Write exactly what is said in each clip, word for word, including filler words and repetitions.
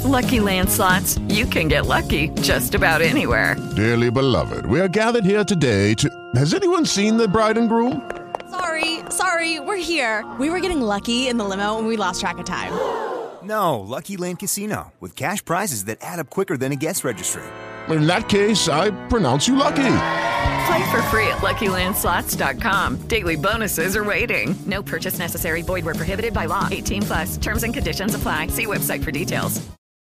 Lucky Land Slots, you can get lucky just about anywhere. Dearly beloved, we are gathered here today to... Has anyone seen the bride and groom? Sorry, sorry, we're here. We were getting lucky in the limo and we lost track of time. No, Lucky Land Casino, with cash prizes that add up quicker than a guest registry. In that case, I pronounce you lucky. Play for free at Lucky Land Slots dot com. Daily bonuses are waiting. No purchase necessary. Void where prohibited by law. eighteen plus. Terms and conditions apply. See website for details.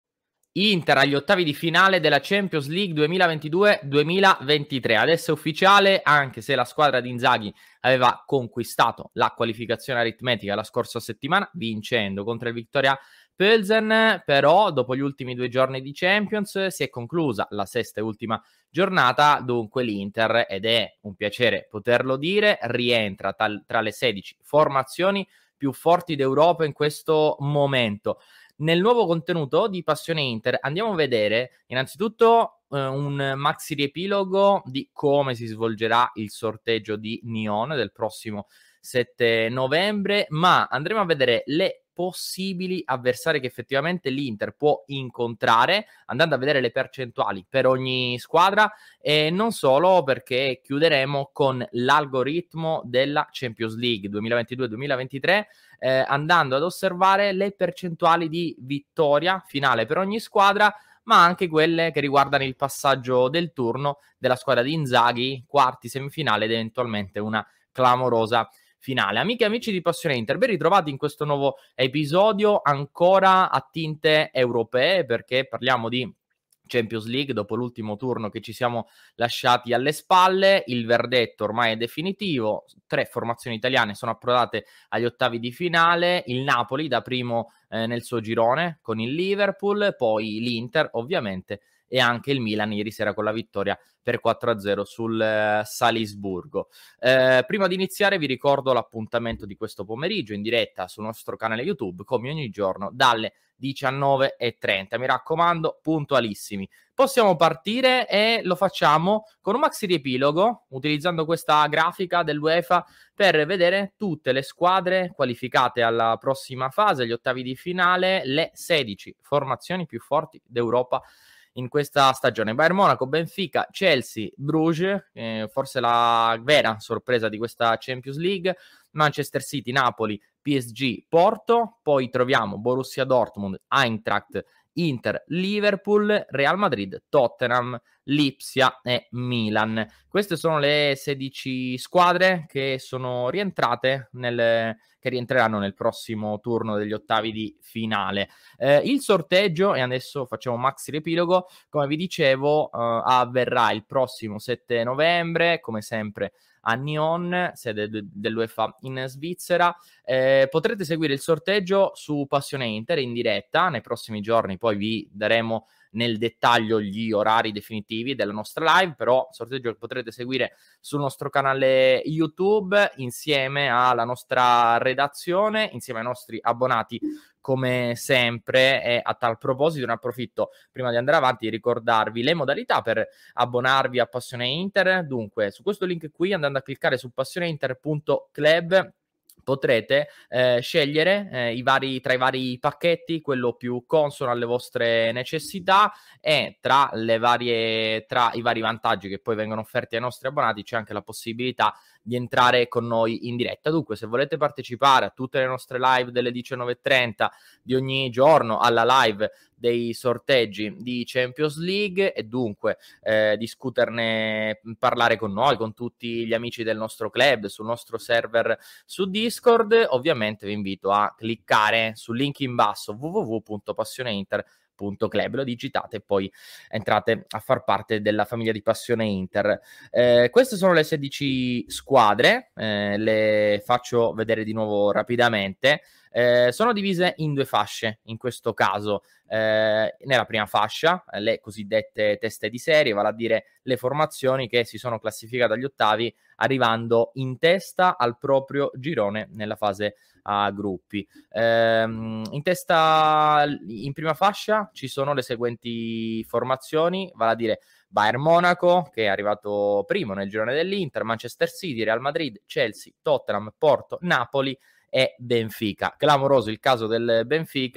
Inter agli ottavi di finale della Champions League duemilaventidue duemilaventitré. Adesso è ufficiale, anche se la squadra di Inzaghi aveva conquistato la qualificazione aritmetica la scorsa settimana, vincendo contro il Viktoria Pilsen, però dopo gli ultimi due giorni di Champions si è conclusa la sesta e ultima giornata, dunque l'Inter, ed è un piacere poterlo dire, rientra tal- tra le sedici formazioni più forti d'Europa in questo momento. Nel nuovo contenuto di Passione Inter andiamo a vedere innanzitutto eh, un maxi riepilogo di come si svolgerà il sorteggio di Nyon del prossimo sette novembre, ma andremo a vedere le possibili avversari che effettivamente l'Inter può incontrare, andando a vedere le percentuali per ogni squadra, e non solo, perché chiuderemo con l'algoritmo della Champions League duemilaventidue duemilaventitré, eh, andando ad osservare le percentuali di vittoria finale per ogni squadra, ma anche quelle che riguardano il passaggio del turno della squadra di Inzaghi, quarti, semifinale ed eventualmente una clamorosa finale. Amiche e amici di Passione Inter, ben ritrovati in questo nuovo episodio ancora a tinte europee, perché parliamo di Champions League dopo l'ultimo turno che ci siamo lasciati alle spalle. Il verdetto ormai è definitivo, tre formazioni italiane sono approdate agli ottavi di finale, il Napoli da primo eh, nel suo girone con il Liverpool, poi l'Inter ovviamente e anche il Milan ieri sera con la vittoria per quattro a zero sul uh, Salisburgo. Eh, prima di iniziare vi ricordo l'appuntamento di questo pomeriggio in diretta sul nostro canale YouTube, come ogni giorno dalle diciannove e trenta. Mi raccomando, puntualissimi. Possiamo partire e lo facciamo con un maxi riepilogo, utilizzando questa grafica dell'UEFA per vedere tutte le squadre qualificate alla prossima fase, gli ottavi di finale, le sedici formazioni più forti d'Europa in questa stagione. Bayern Monaco, Benfica, Chelsea, Bruges, eh, forse la vera sorpresa di questa Champions League, Manchester City, Napoli, P S G, Porto, poi troviamo Borussia Dortmund, Eintracht, Inter, Liverpool, Real Madrid, Tottenham, Lipsia e Milan. Queste sono le sedici squadre che sono rientrate nel, che rientreranno nel prossimo turno degli ottavi di finale. Eh, il sorteggio, e adesso facciamo un maxi riepilogo, come vi dicevo, eh, avverrà il prossimo sette novembre, come sempre a Nyon, sede de- dell'UEFA in Svizzera. Eh, potrete seguire il sorteggio su Passione Inter in diretta nei prossimi giorni, poi vi daremo nel dettaglio gli orari definitivi della nostra live, però sorteggio che potrete seguire sul nostro canale YouTube insieme alla nostra redazione, insieme ai nostri abbonati come sempre. E a tal proposito ne approfitto prima di andare avanti di ricordarvi le modalità per abbonarvi a Passione Inter. Dunque, su questo link qui, andando a cliccare su passioneinter punto club, potrete eh, scegliere eh, i vari, tra i vari pacchetti quello più consono alle vostre necessità, e tra le varie tra i vari vantaggi che poi vengono offerti ai nostri abbonati c'è anche la possibilità di entrare con noi in diretta. Dunque, se volete partecipare a tutte le nostre live delle diciannove e trenta di ogni giorno, alla live dei sorteggi di Champions League, e dunque eh, discuterne, parlare con noi, con tutti gli amici del nostro club, sul nostro server su Discord, ovviamente vi invito a cliccare sul link in basso w w w punto passioneinter punto club, lo digitate e poi entrate a far parte della famiglia di Passione Inter. Eh, queste sono le sedici squadre, eh, le faccio vedere di nuovo rapidamente. Eh, sono divise in due fasce in questo caso. Eh, nella prima fascia eh, le cosiddette teste di serie, vale a dire le formazioni che si sono classificate agli ottavi arrivando in testa al proprio girone nella fase a gruppi. Eh, in testa, in prima fascia ci sono le seguenti formazioni, vale a dire Bayern Monaco, che è arrivato primo nel girone dell'Inter, Manchester City, Real Madrid, Chelsea, Tottenham, Porto, Napoli e Benfica. Clamoroso il caso del Benfica,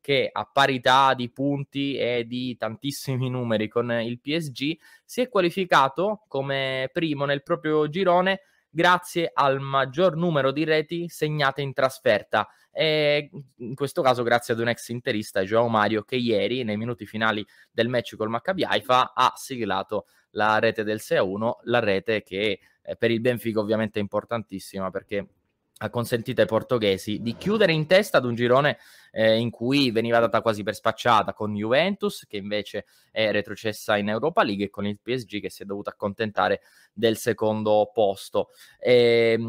che a parità di punti e di tantissimi numeri con il P S G si è qualificato come primo nel proprio girone grazie al maggior numero di reti segnate in trasferta, e in questo caso grazie ad un ex interista, João Mario, che ieri nei minuti finali del match col Maccabi Haifa ha siglato la rete del sei a uno, la rete che eh, per il Benfica ovviamente è importantissima, perché ha consentito ai portoghesi di chiudere in testa ad un girone eh, in cui veniva data quasi per spacciata con Juventus, che invece è retrocessa in Europa League, e con il P S G che si è dovuto accontentare del secondo posto. E,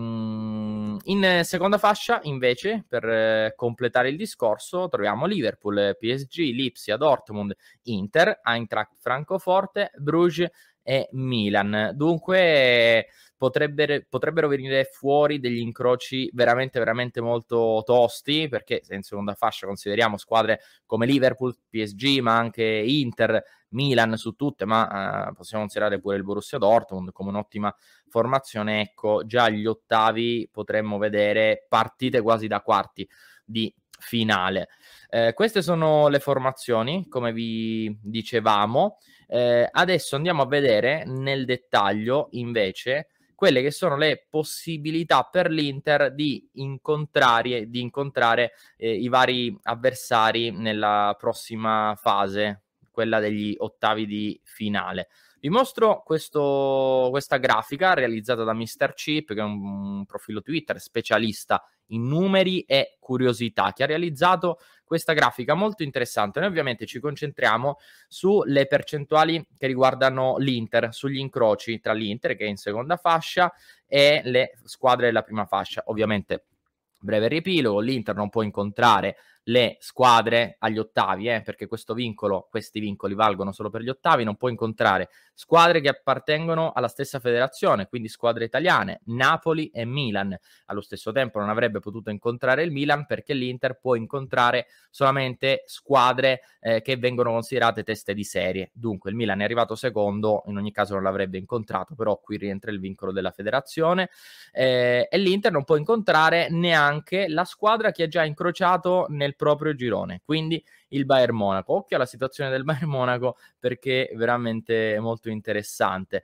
mh, in seconda fascia invece, per eh, completare il discorso, troviamo Liverpool, P S G, Lipsia, Dortmund, Inter, Eintracht Francoforte, Bruges e Milan. Dunque potrebbero, potrebbero venire fuori degli incroci veramente veramente molto tosti, perché se in seconda fascia consideriamo squadre come Liverpool, P S G, ma anche Inter, Milan su tutte, ma eh, possiamo considerare pure il Borussia Dortmund come un'ottima formazione. Ecco, già agli ottavi potremmo vedere partite quasi da quarti di finale. Eh, queste sono le formazioni, come vi dicevamo. Eh, adesso andiamo a vedere nel dettaglio invece quelle che sono le possibilità per l'Inter di incontrare, di incontrare eh, i vari avversari nella prossima fase, quella degli ottavi di finale. Vi mostro questo, questa grafica realizzata da mister Chip, che è un, un profilo Twitter specialista in numeri e curiosità, che ha realizzato questa grafica molto interessante. Noi ovviamente ci concentriamo sulle percentuali che riguardano l'Inter, sugli incroci tra l'Inter, che è in seconda fascia, e le squadre della prima fascia. Ovviamente, breve riepilogo, l'Inter non può incontrare le squadre agli ottavi, eh, perché questo vincolo, questi vincoli valgono solo per gli ottavi. Non può incontrare squadre che appartengono alla stessa federazione, quindi squadre italiane, Napoli e Milan. Allo stesso tempo non avrebbe potuto incontrare il Milan, perché l'Inter può incontrare solamente squadre eh, che vengono considerate teste di serie. Dunque il Milan è arrivato secondo, in ogni caso non l'avrebbe incontrato, però qui rientra il vincolo della federazione, eh, e l'Inter non può incontrare neanche la squadra che ha già incrociato nel proprio girone, quindi il Bayern Monaco. Occhio alla situazione del Bayern Monaco, perché è veramente molto interessante.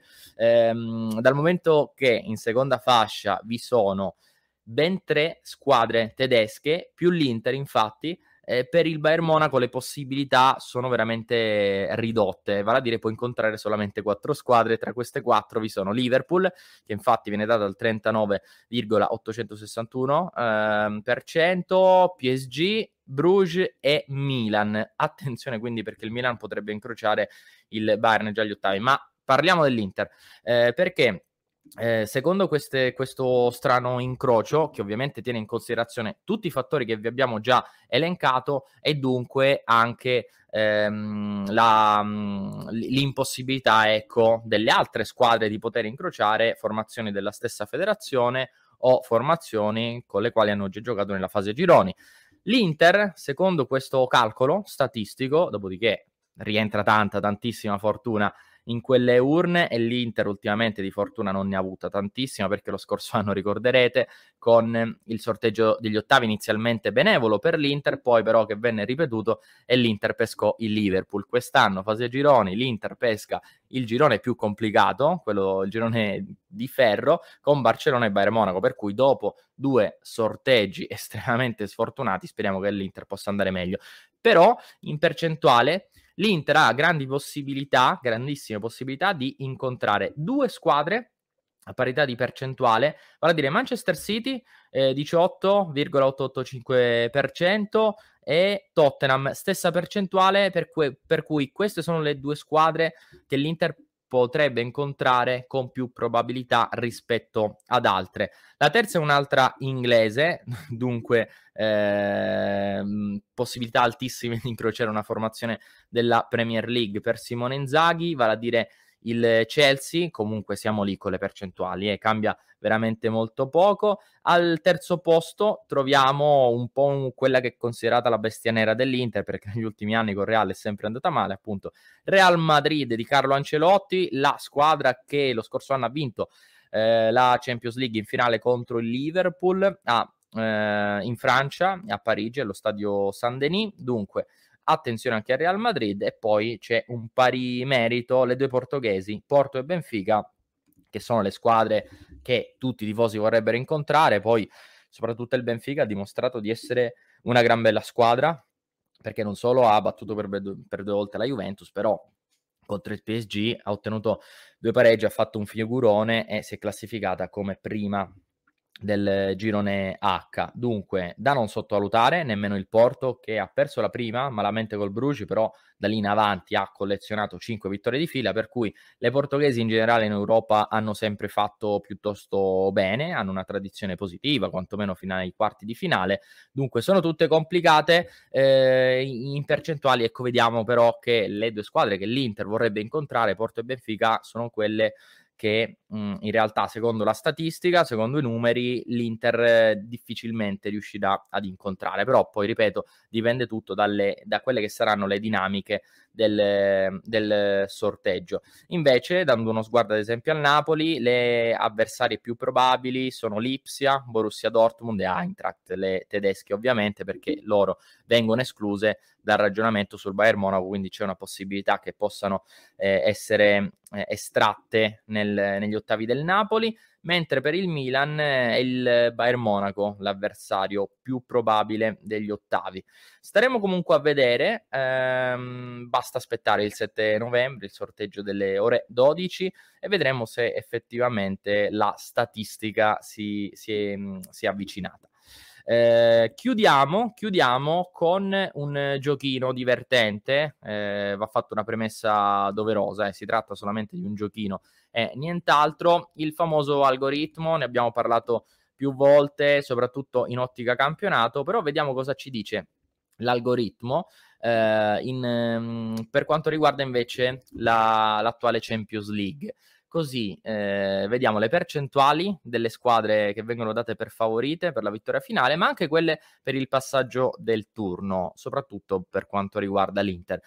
Ehm, dal momento che in seconda fascia vi sono ben tre squadre tedesche più l'Inter, infatti eh, per il Bayern Monaco le possibilità sono veramente ridotte, vale a dire può incontrare solamente quattro squadre. Tra queste quattro vi sono Liverpool, che infatti viene data al trentanove virgola ottocentosessantuno ehm, per cento, P S G, Bruges e Milan. Attenzione quindi, perché il Milan potrebbe incrociare il Bayern già agli ottavi. Ma parliamo dell'Inter, eh, perché Eh, secondo queste, questo strano incrocio, che ovviamente tiene in considerazione tutti i fattori che vi abbiamo già elencato, e dunque anche ehm, la, l'impossibilità, ecco, delle altre squadre di poter incrociare formazioni della stessa federazione o formazioni con le quali hanno già giocato nella fase gironi. L'Inter, secondo questo calcolo statistico, dopodiché rientra tanta, tantissima fortuna in quelle urne, e l'Inter ultimamente di fortuna non ne ha avuta tantissima, perché lo scorso anno, ricorderete, con il sorteggio degli ottavi inizialmente benevolo per l'Inter, poi però che venne ripetuto e l'Inter pescò il Liverpool. Quest'anno, fase gironi, l'Inter pesca il girone più complicato, quello, il girone di ferro, con Barcellona e Bayern Monaco, per cui dopo due sorteggi estremamente sfortunati speriamo che l'Inter possa andare meglio. Però in percentuale l'Inter ha grandi possibilità, grandissime possibilità di incontrare due squadre a parità di percentuale, vale a dire Manchester City eh, diciotto virgola ottocentottantacinque per cento e Tottenham stessa percentuale, per, que- per cui queste sono le due squadre che l'Inter potrebbe incontrare con più probabilità rispetto ad altre. La terza è un'altra inglese, dunque ehm, possibilità altissime di incrociare una formazione della Premier League per Simone Inzaghi, vale a dire il Chelsea. Comunque siamo lì con le percentuali e eh, cambia veramente molto poco. Al terzo posto troviamo un po' quella che è considerata la bestia nera dell'Inter, perché negli ultimi anni con Real è sempre andata male, appunto Real Madrid di Carlo Ancelotti, la squadra che lo scorso anno ha vinto eh, la Champions League in finale contro il Liverpool, ha eh, in Francia, a Parigi, allo stadio Saint-Denis. Dunque, attenzione anche al Real Madrid. E poi c'è un pari merito, le due portoghesi, Porto e Benfica, che sono le squadre che tutti i tifosi vorrebbero incontrare. Poi soprattutto il Benfica ha dimostrato di essere una gran bella squadra, perché non solo ha battuto per, per due volte la Juventus, però contro il P S G ha ottenuto due pareggi, ha fatto un figurone e si è classificata come prima del girone H. Dunque, da non sottovalutare nemmeno il Porto, che ha perso la prima malamente col Bruges, però da lì in avanti ha collezionato cinque vittorie di fila, per cui le portoghesi in generale in Europa hanno sempre fatto piuttosto bene, hanno una tradizione positiva, quantomeno fino ai quarti di finale. Dunque sono tutte complicate eh, in percentuali. Ecco, vediamo però che le due squadre che l'Inter vorrebbe incontrare, Porto e Benfica, sono quelle che mh, in realtà, secondo la statistica, secondo i numeri, l'Inter eh, difficilmente riuscirà ad incontrare. Però poi, ripeto, dipende tutto dalle, da quelle che saranno le dinamiche del, del sorteggio. Invece, dando uno sguardo ad esempio al Napoli, le avversarie più probabili sono Lipsia, Borussia Dortmund e Eintracht, le tedesche ovviamente, perché loro vengono escluse dal ragionamento sul Bayern Monaco, quindi c'è una possibilità che possano eh, essere eh, estratte nel, negli ottavi del Napoli, mentre per il Milan è il Bayern Monaco l'avversario più probabile degli ottavi. Staremo comunque a vedere, ehm, basta aspettare il sette novembre, il sorteggio delle ore dodici, e vedremo se effettivamente la statistica si, si, è, si è avvicinata. Eh, chiudiamo, chiudiamo con un giochino divertente. Eh, va fatta una premessa doverosa, eh, si tratta solamente di un giochino e nient'altro. Il famoso algoritmo, ne abbiamo parlato più volte, soprattutto in ottica campionato, però vediamo cosa ci dice l'algoritmo eh, in, um, per quanto riguarda invece la, l'attuale Champions League. Così eh, vediamo le percentuali delle squadre che vengono date per favorite per la vittoria finale, ma anche quelle per il passaggio del turno, soprattutto per quanto riguarda l'Inter.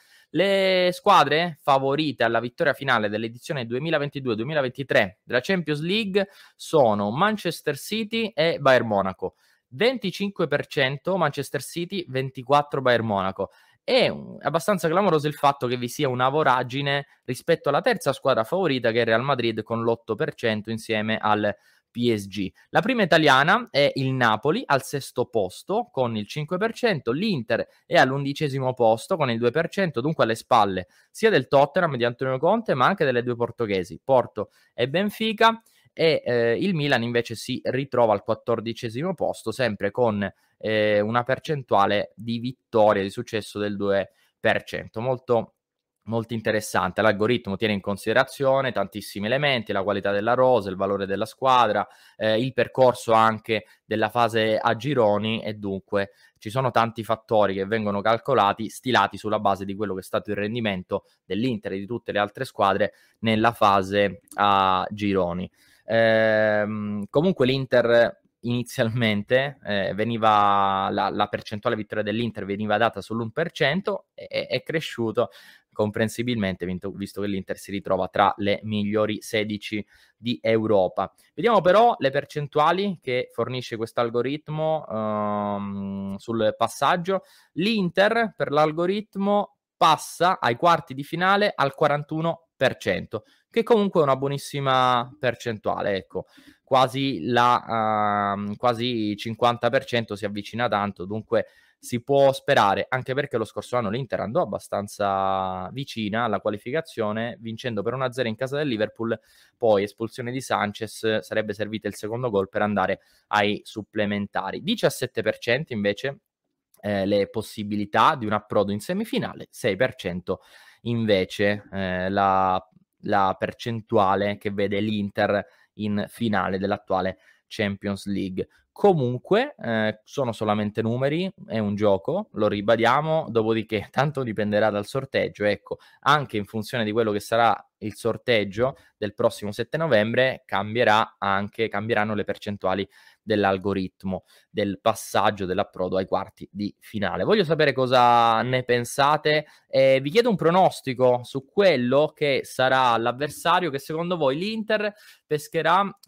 Le squadre favorite alla vittoria finale dell'edizione duemilaventidue duemilaventitré della Champions League sono Manchester City e Bayern Monaco. venticinque per cento Manchester City, ventiquattro per cento Bayern Monaco. È abbastanza clamoroso il fatto che vi sia una voragine rispetto alla terza squadra favorita, che è Real Madrid, con l'otto per cento insieme al P S G. La prima italiana è il Napoli al sesto posto con il cinque per cento, l'Inter è all'undicesimo posto con il due per cento, dunque alle spalle sia del Tottenham di Antonio Conte ma anche delle due portoghesi, Porto e Benfica. E eh, il Milan invece si ritrova al quattordicesimo posto, sempre con eh, una percentuale di vittoria, di successo del due per cento. Molto, molto interessante. L'algoritmo tiene in considerazione tantissimi elementi: la qualità della rosa, il valore della squadra, eh, il percorso anche della fase a gironi, e dunque ci sono tanti fattori che vengono calcolati, stilati sulla base di quello che è stato il rendimento dell'Inter e di tutte le altre squadre nella fase a gironi. Ehm, comunque l'Inter inizialmente eh, veniva la, la percentuale vittoria dell'Inter veniva data sull'uno per cento, e è cresciuto comprensibilmente vinto, visto che l'Inter si ritrova tra le migliori sedici di Europa. Vediamo però le percentuali che fornisce questo algoritmo um, sul passaggio. L'Inter per l'algoritmo passa ai quarti di finale al quarantuno per cento, che comunque è una buonissima percentuale, ecco, quasi la uh, quasi cinquanta per cento, si avvicina tanto, dunque si può sperare, anche perché lo scorso anno l'Inter andò abbastanza vicina alla qualificazione, vincendo per uno a zero in casa del Liverpool, poi espulsione di Sanchez, sarebbe servito il secondo gol per andare ai supplementari. diciassette per cento invece eh, le possibilità di un approdo in semifinale, sei per cento invece eh, la, la percentuale che vede l'Inter in finale dell'attuale Champions League. Comunque eh, sono solamente numeri, è un gioco, lo ribadiamo, dopodiché tanto dipenderà dal sorteggio, ecco, anche in funzione di quello che sarà il sorteggio del prossimo sette novembre cambierà anche, cambieranno le percentuali dell'algoritmo del passaggio dell'approdo ai quarti di finale. Voglio sapere cosa ne pensate e vi chiedo un pronostico su quello che sarà l'avversario che secondo voi l'Inter pescherà uh,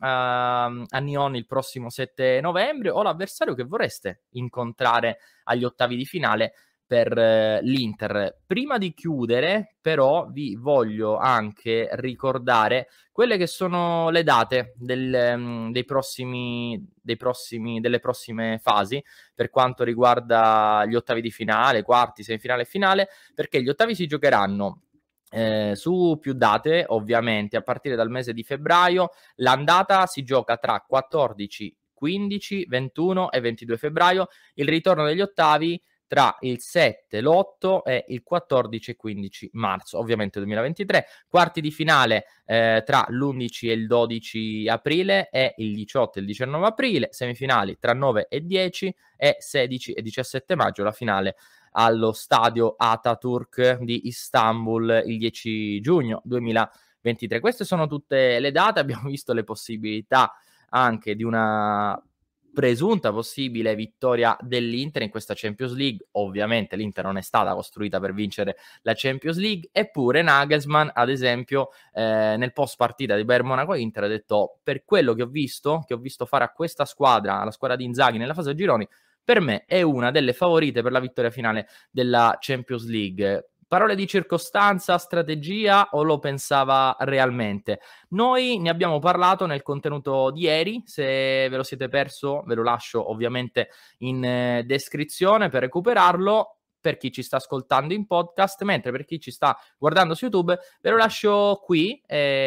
a Nyon il prossimo sette novembre, o l'avversario che vorreste incontrare agli ottavi di finale per uh, l'Inter. Prima di chiudere, però, vi voglio anche ricordare quelle che sono le date del, um, dei prossimi, dei prossimi, delle prossime fasi per quanto riguarda gli ottavi di finale, quarti, semifinale e finale, perché gli ottavi si giocheranno Eh, su più date, ovviamente, a partire dal mese di febbraio. L'andata si gioca tra quattordici, quindici, ventuno e ventidue febbraio, il ritorno degli ottavi tra il sette, l'otto e il quattordici e quindici marzo, ovviamente duemilaventitré, quarti di finale eh, tra l'undici e il dodici aprile e il diciotto e il diciannove aprile, semifinali tra nove e dieci e sedici e diciassette maggio, la finale allo stadio Ataturk di Istanbul il dieci giugno duemilaventitré. Queste sono tutte le date, abbiamo visto le possibilità anche di una presunta possibile vittoria dell'Inter in questa Champions League. Ovviamente l'Inter non è stata costruita per vincere la Champions League, eppure Nagelsmann, ad esempio, eh, nel post partita di Bayern Monaco-Inter ha detto: per quello che ho visto, che ho visto fare a questa squadra, alla squadra di Inzaghi nella fase a gironi, per me è una delle favorite per la vittoria finale della Champions League. Parole di circostanza, strategia, o lo pensava realmente? Noi ne abbiamo parlato nel contenuto di ieri, se ve lo siete perso ve lo lascio ovviamente in eh, descrizione per recuperarlo, per chi ci sta ascoltando in podcast, mentre per chi ci sta guardando su YouTube ve lo lascio qui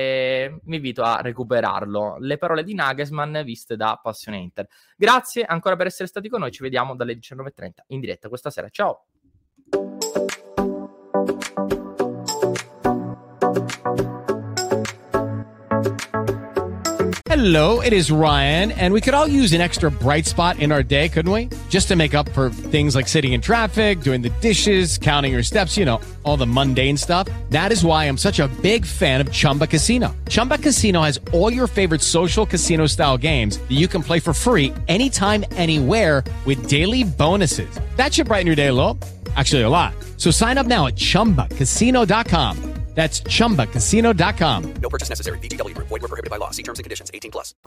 e mi invito a recuperarlo. Le parole di Nagelsmann viste da Passione Inter. Grazie ancora per essere stati con noi, ci vediamo dalle diciannove e trenta in diretta questa sera. Ciao! Hello, it is Ryan, and we could all use an extra bright spot in our day, couldn't we? Just to make up for things like sitting in traffic, doing the dishes, counting your steps, you know, all the mundane stuff. That is why I'm such a big fan of Chumba Casino. Chumba Casino has all your favorite social casino-style games that you can play for free anytime, anywhere with daily bonuses. That should brighten your day a little. Actually, a lot. So sign up now at chumba casino dot com. That's chumba casino dot com. No purchase necessary. V G W Group. Void where prohibited by law. See terms and conditions. eighteen plus.